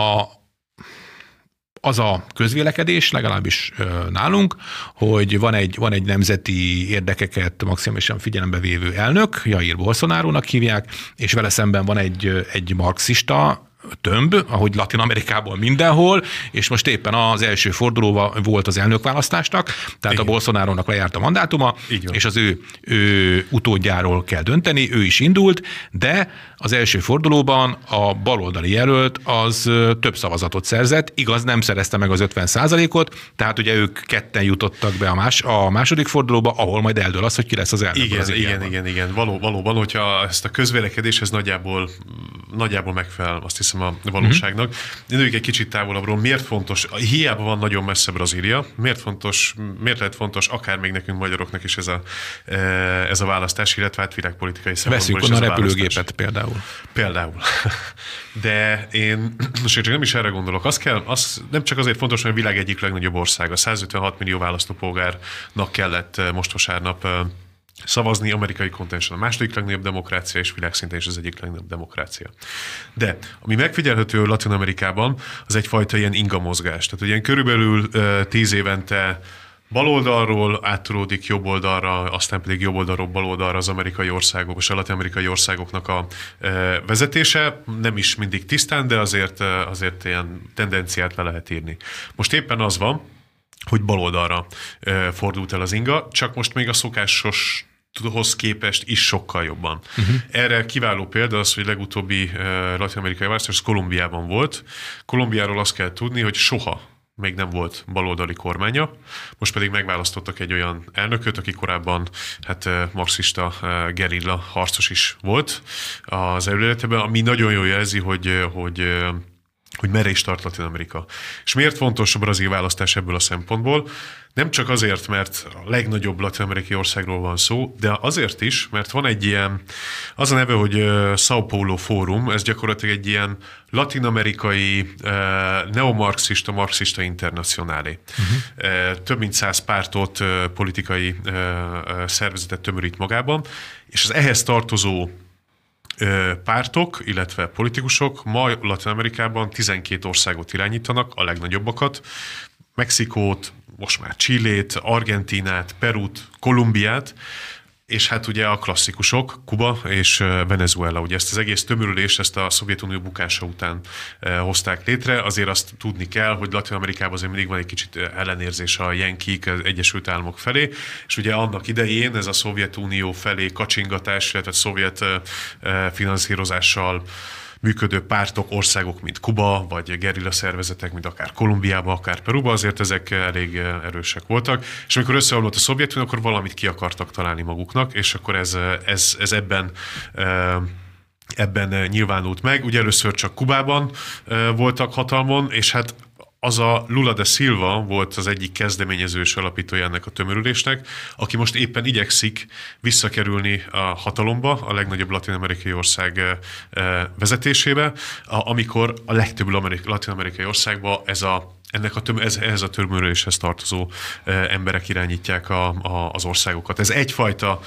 az a közvélekedés, legalábbis nálunk, hogy van egy nemzeti érdekeket maximálisan figyelembe vévő elnök, Jair Bolsonarónak hívják, és vele szemben van egy marxista tömb, ahogy Latin-Amerikából mindenhol, és most éppen az első fordulóban volt az elnökválasztásnak, tehát igen. A Bolsonarónak lejárt a mandátuma, és az ő utódjáról kell dönteni, ő is indult, de az első fordulóban a baloldali jelölt az több szavazatot szerzett, igaz, nem szerezte meg az 50%-ot, tehát ugye ők ketten jutottak be a második fordulóba, ahol majd eldől az, hogy ki lesz az elnök. Igen. Valóban, hogyha ezt a közvélekedéshez nagyjából megfelel, azt hiszem, a valóságnak. Nézzük egy kicsit távolabbról, miért fontos, hiába van nagyon messze Brazília, miért lehet fontos akár még nekünk magyaroknak is ez a választás, illetve hát világpolitikai szempontból is ez a repülőgépet például. De én most nem is erre gondolok. Az nem csak azért fontos, hogy a világ egyik legnagyobb országa. 156 millió választópolgárnak kellett most vasárnap szavazni, amerikai kontinensen a második legnagyobb demokrácia, és világszinten is az egyik legnagyobb demokrácia. De ami megfigyelhető Latin-Amerikában, az egyfajta ilyen ingamozgás. Tehát ilyen körülbelül 10 évente baloldalról áttolódik jobb oldalra, aztán pedig jobb oldalról baloldalra az amerikai országok és a latin-amerikai országoknak a vezetése. Nem is mindig tisztán, de azért ilyen tendenciát le lehet írni. Most éppen az van, hogy baloldalra fordult el az inga, csak most még a szokásoshoz képest is sokkal jobban. Erre kiváló példa az, hogy legutóbbi latin-amerikai választás Kolumbiában volt. Kolumbiáról azt kell tudni, hogy soha még nem volt baloldali kormánya, most pedig megválasztottak egy olyan elnököt, aki korábban marxista gerilla harcos is volt az előletében, ami nagyon jól jelzi, hogy merre is tart Latin-Amerika. És miért fontos a brazil választás ebből a szempontból? Nem csak azért, mert a legnagyobb latin-amerikai országról van szó, de azért is, mert van egy ilyen, az a neve, hogy São Paulo Fórum, ez gyakorlatilag egy ilyen latin-amerikai neomarxista internacionálé. Több mint 100 pártot, politikai szervezetet tömörít magában, és az ehhez tartozó pártok, illetve politikusok ma Latin-Amerikában 12 országot irányítanak, a legnagyobbakat, Mexikót, most már Chilét, Argentínát, Perút, Kolumbiát, és hát ugye a klasszikusok, Kuba és Venezuela. Ugye ezt az egész tömörülést, ezt a Szovjetunió bukása után hozták létre. Azért azt tudni kell, hogy Latin-Amerikában azért mindig van egy kicsit ellenérzés a Yankee, az Egyesült Államok felé, és ugye annak idején ez a Szovjetunió felé kacsingatás, illetve szovjet finanszírozással működő pártok, országok, mint Kuba, vagy gerilla szervezetek, mint akár Kolumbiába, akár Peruba, azért ezek elég erősek voltak. És amikor összeomlott a Szovjetunió, akkor valamit ki akartak találni maguknak, és akkor ez ebben nyilvánult meg. Ugye először csak Kubában voltak hatalmon, és hát az a Lula da Silva volt az egyik kezdeményező és alapítója ennek a tömörülésnek, aki most éppen igyekszik visszakerülni a hatalomba, a legnagyobb latin-amerikai ország vezetésébe, amikor a legtöbb latin-amerikai országban ehhez a tömörüléshez tartozó emberek irányítják az országokat. Ez egyfajta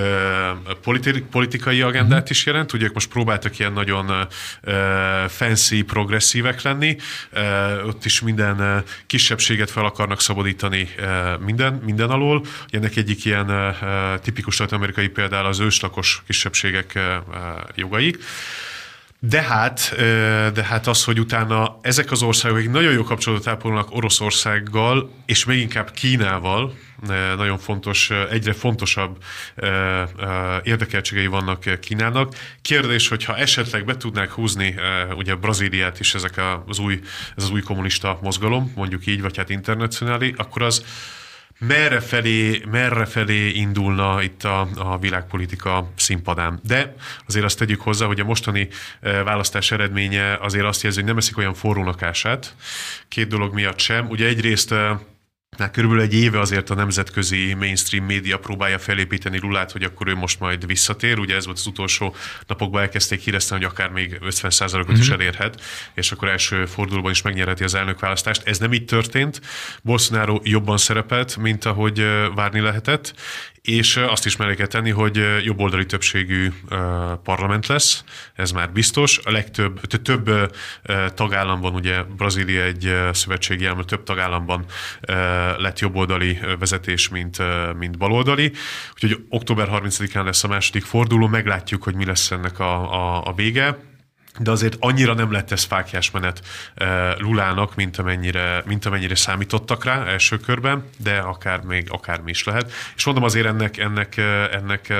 politikai agendát is jelent, ugye ők most próbáltak ilyen nagyon fancy, progresszívek lenni, ott is minden kisebbséget fel akarnak szabadítani minden alól. Ennek egyik ilyen tipikus latin-amerikai például az őslakos kisebbségek jogai. De hát az, hogy utána ezek az országok nagyon jó kapcsolatot ápolnak Oroszországgal, és még inkább Kínával, nagyon fontos, egyre fontosabb érdekeltségei vannak Kínának. Kérdés, hogyha esetleg be tudnák húzni ugye Brazíliát is ez az új kommunista mozgalom, mondjuk így, vagy hát internacionális, akkor az merre felé indulna itt a világpolitika színpadán. De azért azt tegyük hozzá, hogy a mostani választás eredménye azért azt jelzi, hogy nem eszik olyan forrónak ását. Két dolog miatt sem. Ugye egyrészt már körülbelül egy éve azért a nemzetközi mainstream média próbálja felépíteni Lulát, hogy akkor ő most majd visszatér. Ugye ez volt az utolsó napokban, elkezdték híreszteni, hogy akár még 50%-ot is elérhet, és akkor első fordulóban is megnyerheti az elnökválasztást. Ez nem így történt. Bolsonaro jobban szerepelt, mint ahogy várni lehetett, és azt is mellé kell tenni, hogy jobboldali többségű parlament lesz, ez már biztos. Több tagállamban, ugye Brazília egy szövetségi állam, több tagállamban lett jobboldali vezetés, mint baloldali. Úgyhogy október 30-án lesz a második forduló, meglátjuk, hogy mi lesz ennek a vége. De azért annyira nem lett ez fáklyás menet Lulának, mint amennyire számítottak rá első körben, de akármi is lehet. És mondom, azért ennek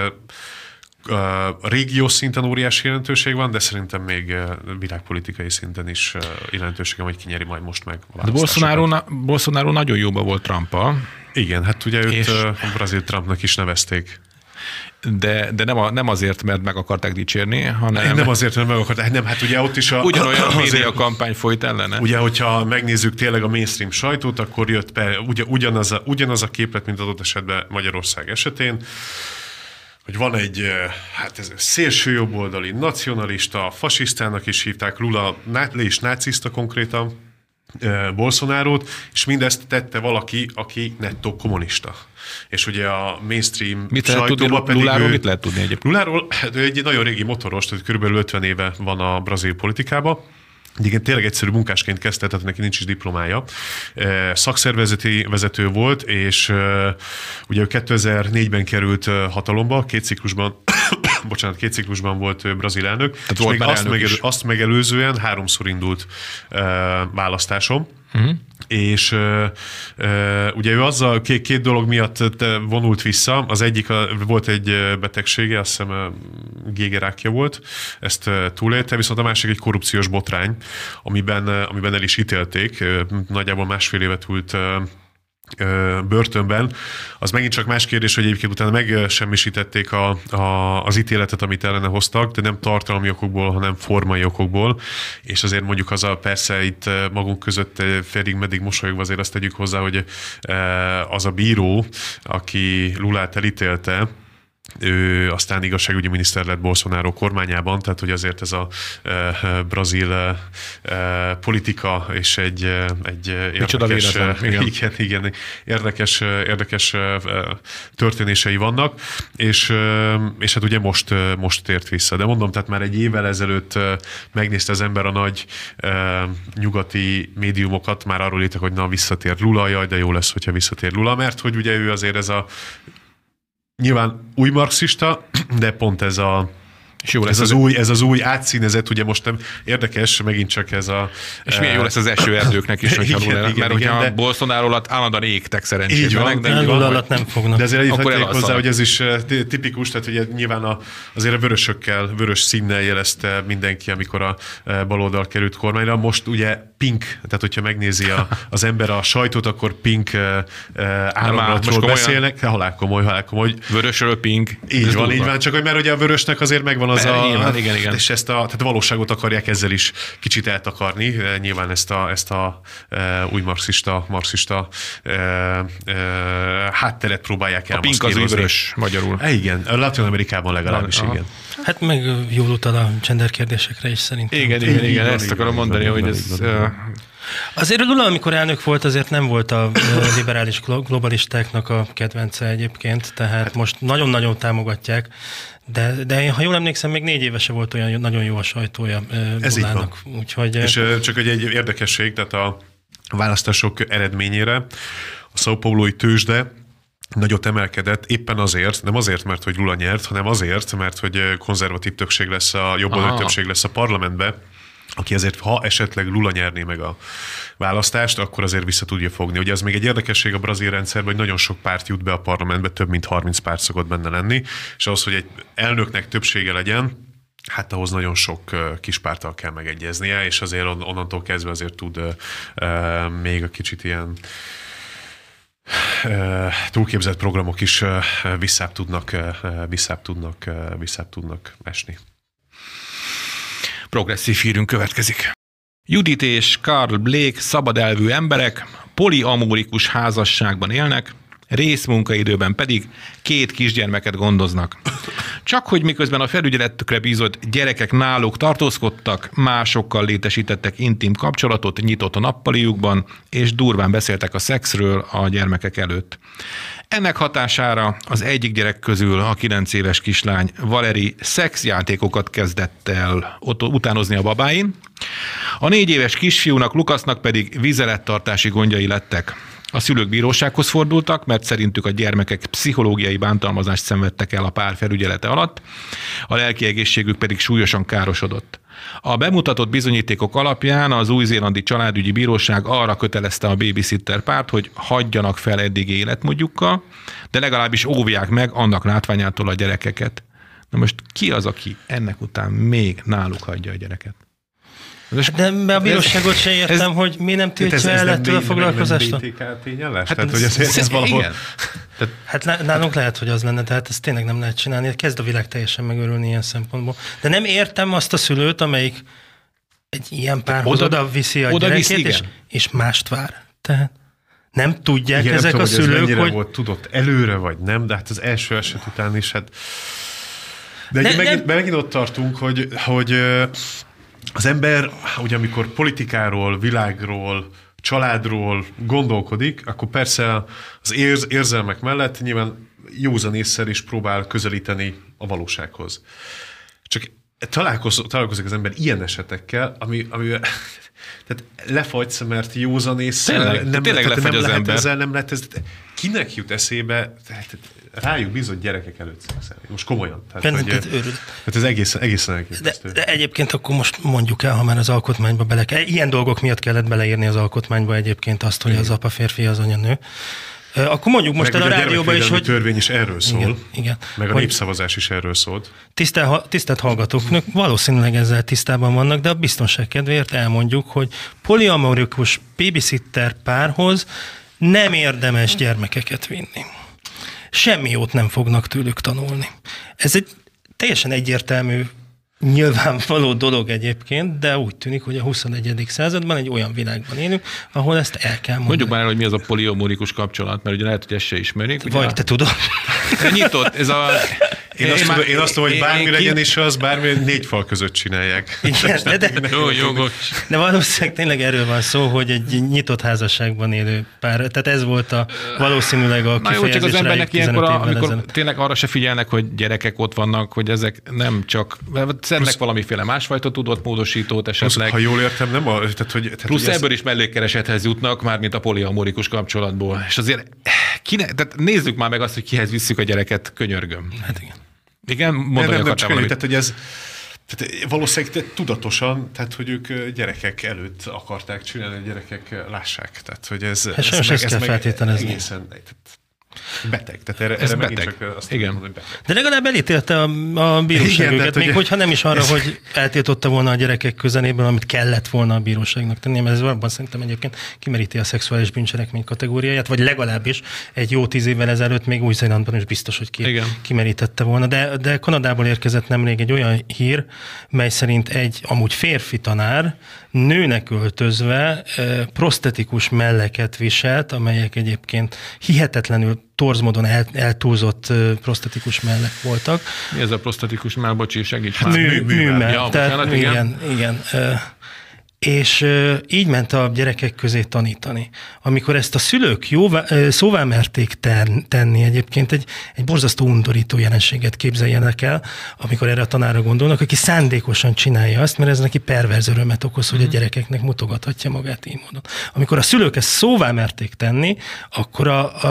a régiós szinten óriási jelentőség van, de szerintem még világpolitikai szinten is jelentősége, hogy ki nyeri majd most meg a választásokat. De Bolsonaro nagyon jóba volt Trumpal. Igen, hát ugye őt a brazil Trumpnak is nevezték. De nem azért, mert meg akarták dicsérni, hanem... Nem azért, mert meg akarták, nem, hát ugye ott is ugyanolyan média kampány folyt ellene. Ugye, hogyha megnézzük tényleg a mainstream sajtót, akkor jött be ugyanaz a képlet, mint adott esetben Magyarország esetén, hogy van egy ez szélső jobboldali, nacionalista, fasisztának is hívták, Lula le is nácista konkrétan, Bolsonarót, és mindezt tette valaki, aki nettó kommunista. És ugye a mainstream sajtóban pedig Luláról mit lehet tudni egyébként? Luláról egy nagyon régi motoros, tehát körülbelül 50 éve van a brazil politikában, igen, tényleg egyszerű munkásként kezdte, tehát neki nincs is diplomája. Szakszervezeti vezető volt, és ugye ő 2004-ben került hatalomba, két ciklusban volt brazil elnök, tehát és volt még azt megelőzően 3-szor indult választáson. És ugye ő azzal két dolog miatt vonult vissza. Az egyik volt egy betegsége, azt hiszem gégerákja volt, ezt túlélte, viszont a másik egy korrupciós botrány, amiben el is ítélték, nagyjából 1,5 évet ült börtönben. Az megint csak más kérdés, hogy egyébként utána megsemmisítették az ítéletet, amit ellene hoztak, de nem tartalmi okokból, hanem formai okokból, és azért mondjuk persze itt magunk között félig-meddig mosolyogva azért azt tegyük hozzá, hogy az a bíró, aki Lulát elítélte, ő aztán igazságügyi miniszter lett Bolsonaro kormányában, tehát hogy azért ez a brazil politika és egy érdekes történései vannak, és hát ugye most tért vissza. De mondom, tehát már egy évvel ezelőtt megnézte az ember a nagy nyugati médiumokat, már arról írtak, hogy na, visszatér Lula, jaj, de jó lesz, hogyha visszatér Lula, mert hogy ugye ő azért nyilván új marxista, de pont ez az új átszínezet, ugye most nem érdekes, megint csak ez a... És milyen jó lesz az esőerdőknek is, hogyha mert hogyha Bolsonaro alatt állandóan égtek szerencsében. De Lula alatt nem fognak. De azért elhívhatják hozzá, hogy ez is tipikus, tehát ugye nyilván azért a vörös színnel jelezte mindenki, amikor a baloldal került kormányra. Most ugye pink, tehát hogyha megnézi az ember a sajtót, akkor pink áramlatról beszélnek. Halál komoly. Vörösről pink. Így van, csak hogy mert ugye a vörösnek azért megvan az igen. És tehát a valóságot akarják ezzel is kicsit eltakarni. Nyilván ezt a új marxista hátteret próbálják elmaszkírozni. A pink az vörös magyarul. Igen, Latin-Amerikában legalábbis, igen. Hát meg jól utal a gender kérdésekre is szerintem. Igen, ezt akarom mondani, hogy ez... Azért Lula, amikor elnök volt, azért nem volt a liberális globalistáknak a kedvence egyébként, tehát most nagyon-nagyon támogatják, de ha jól emlékszem, még 4 évese volt olyan nagyon jó a sajtója Lulának. Úgyhogy... És csak egy érdekesség, tehát a választások eredményére a São Paulo-i tőzsde nagyot emelkedett, éppen azért, nem azért, mert hogy Lula nyert, hanem azért, mert hogy konzervatív többség lesz, jobboldali többség lesz a parlamentbe, aki azért, ha esetleg Lula nyerné meg a választást, akkor azért vissza tudja fogni. Ugye az még egy érdekesség a brazil rendszerben, hogy nagyon sok párt jut be a parlamentbe, több mint 30 párt szokott benne lenni, és ahhoz, hogy egy elnöknek többsége legyen, hát ahhoz nagyon sok kis párttal kell megegyeznie, és azért onnantól kezdve azért tud még a kicsit ilyen túlképzett programok is visszább tudnak esni. Progresszív hírünk következik. Judith és Karl Blake szabadelvű emberek, poliamórikus házasságban élnek, részmunkaidőben pedig 2 kisgyermeket gondoznak. Csak hogy miközben a felügyeletükre bízott gyerekek náluk tartózkodtak, másokkal létesítettek intim kapcsolatot nyitott a nappaliukban, és durván beszéltek a szexről a gyermekek előtt. Ennek hatására az egyik gyerek közül a 9 éves kislány Valeri szexjátékokat kezdett el utánozni a babáin, a 4 éves kisfiúnak Lukasznak pedig vizelettartási gondjai lettek. A szülők bírósághoz fordultak, mert szerintük a gyermekek pszichológiai bántalmazást szenvedtek el a pár felügyelete alatt, a lelki egészségük pedig súlyosan károsodott. A bemutatott bizonyítékok alapján az új-zélandi családügyi bíróság arra kötelezte a babysitter párt, hogy hagyjanak fel eddigi életmódjukkal, de legalábbis óvják meg annak látványától a gyerekeket. Na most ki az, aki ennek után még náluk hagyja a gyereket? De a bíróságot se értem, hogy mi nem tiltja el ettől a foglalkozást. Ez valahol... Hát nálunk lehet, hogy az lenne, tehát ezt tényleg nem lehet csinálni. Kezd a világ teljesen megörülni ilyen szempontból. De nem értem azt a szülőt, amelyik egy ilyen párhoz oda viszi a gyerekét, és mást vár. Tehát nem tudják igen, ezek nem a szülők, hogy... volt tudott előre, vagy nem, de hát az első eset után is, hát... De megint ott tartunk, hogy az ember, ugye amikor politikáról, világról, családról gondolkodik, akkor persze az érzelmek mellett nyilván józan ésszel is próbál közelíteni a valósághoz. Csak találkozik az ember ilyen esetekkel, amivel tehát lefagysz, mert józanésszel nem lehet ez. Kinek jut eszébe, tehát rájuk bizott gyerekek előtt szexelni. Most komolyan. Tehát ez egészen elképesztő. De egyébként akkor most mondjuk el, ha már az alkotmányba ilyen dolgok miatt kellett beleírni az alkotmányba egyébként azt, hogy az apa férfi, az anya nő. Akkor mondjuk most el a rádióban is, hogy... A törvény is erről szól, igen. Meg a népszavazás is erről szólt. Tisztelt hallgatók, valószínűleg ezzel tisztában vannak, de a biztonság kedvéért elmondjuk, hogy poliamorikus babysitter párhoz nem érdemes gyermekeket vinni. Semmi jót nem fognak tőlük tanulni. Ez egy teljesen egyértelmű, nyilvánvaló dolog egyébként, de úgy tűnik, hogy a 21. században egy olyan világban élünk, ahol ezt el kell mondani. Mondjuk már el, hogy mi az a poliamorikus kapcsolat, mert ugye lehet, hogy ezt se ismerik. Vagy te tudod. Nyitott, ez a... Én azt tudom, hogy bármi legyen is az, bármi 4 fal között csinálják. Igen, de valószínűleg tényleg erről van szó, hogy egy nyitott házasságban élő pár. Tehát ez volt valószínűleg a kifejezés. Na jó, csak az embernek ilyenkor, amikor tényleg arra se figyelnek, hogy gyerekek ott vannak, hogy ezek nem csak... Szednek valamiféle másfajta tudatmódosítót esetleg. Ha jól értem, nem a... Plusz ebből is mellékkeresethez jutnak, mármint a poliamorikus kapcsolatból. És azért tehát nézzük már meg azt, hogy kihez visszük a gyereket, könyörgöm. Hát igen. Igen, mondani akartál valamit. Tehát, hogy ez valószínűleg tudatosan, tehát, hogy ők gyerekek előtt akarták csinálni, hogy gyerekek lássák. Tehát, hogy ez kell feltételezni. Egészen beteg. Tehát erre beteg. Csak azt igen. mondom, hogy beteg. De legalább elítélte a bíróság őket, még hogyha nem is arra, hogy eltiltotta volna a gyerekek közelében, amit kellett volna a bíróságnak tenni, mert ez valóban szerintem egyébként kimeríti a szexuális bűncselekmény kategóriáját, vagy legalábbis egy jó 10 évvel ezelőtt még Új-Zélandban is biztos, hogy kimerítette volna. De Kanadából érkezett nemrég egy olyan hír, mely szerint egy amúgy férfi tanár nőnek öltözve prosztetikus melleket viselt, amelyek egyébként hihetetlenül torz módon eltúlzott prosztetikus mellek voltak. Mi ez a prosztetikus mell? Bocsi, segíts már. Műmell. Ja, tehát, igen. És így ment a gyerekek közé tanítani. Amikor ezt a szülők szóvá merték tenni, egyébként egy borzasztó undorító jelenséget képzeljenek el, amikor erre a tanára gondolnak, aki szándékosan csinálja azt, mert ez neki perverz örömet okoz, hogy a gyerekeknek mutogathatja magát így módon. Amikor a szülők ezt szóvá merték tenni, akkor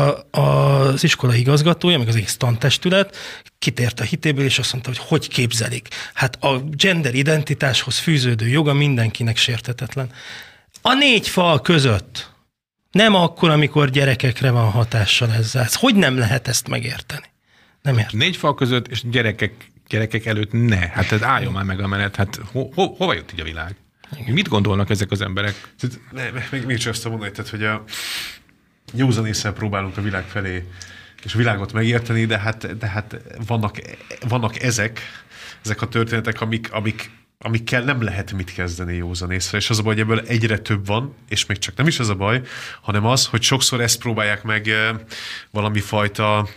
az iskola igazgatója, meg az egész tantestület kitért a hitéből, és azt mondta, hogy képzelik. Hát a gender identitáshoz fűződő joga mindenkinek sérthetetlen. A 4 fal között. Nem akkor, amikor gyerekekre van hatással ezzel. Hogy nem lehet ezt megérteni? Nem értem. 4 fal között, és gyerekek előtt ne. Hát ez álljon már meg a menet. Hát hova jut így a világ? Mit gondolnak ezek az emberek? Még csak azt mondani, tehát, hogy a józanésszel próbálunk a világ felé és a világot megérteni, de hát vannak ezek a történetek, amikkel nem lehet mit kezdeni józanészre, és az a baj, hogy ebből egyre több van, és még csak nem is az a baj, hanem az, hogy sokszor ezt próbálják meg valami fajta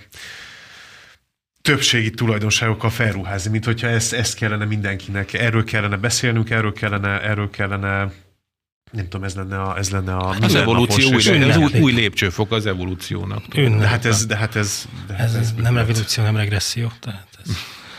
többségi tulajdonságokkal felruházni, mint hogyha ezt kellene mindenkinek, erről kellene beszélnünk, erről kellene nem tudom, ez lenne a az evolúció, az új lépcsőfok az evolúciónak. De hát ez nem evolúció, nem regresszió. Tehát ez...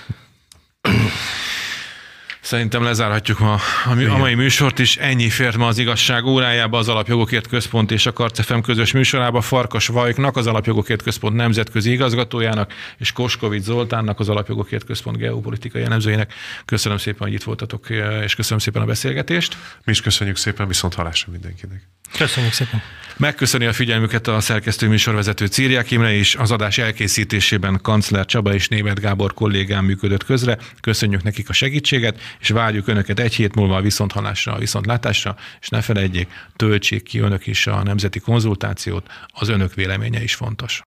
Szerintem lezárhatjuk a mai műsort is. Ennyi fért ma az Igazság órájába, az Alapjogokért Központ és a Karc FM közös műsorába. Farkas Vajknak, az Alapjogokért Központ nemzetközi igazgatójának, és Koskovics Zoltánnak, az Alapjogokért Központ geopolitikai elemzőjének. Köszönöm szépen, hogy itt voltatok, és köszönöm szépen a beszélgetést. Mi is köszönjük szépen, viszont hallásra mindenkinek. Köszönjük szépen. Megköszöni a figyelmüket a szerkesztő műsorvezető Círiák Imre is. Az adás elkészítésében Kancler Csaba és Németh Gábor kollégám működött közre. Köszönjük nekik a segítséget, és várjuk Önöket egy hét múlva a viszonthallásra, a viszontlátásra, és ne felejtjék, töltsék ki Önök is a nemzeti konzultációt, az Önök véleménye is fontos.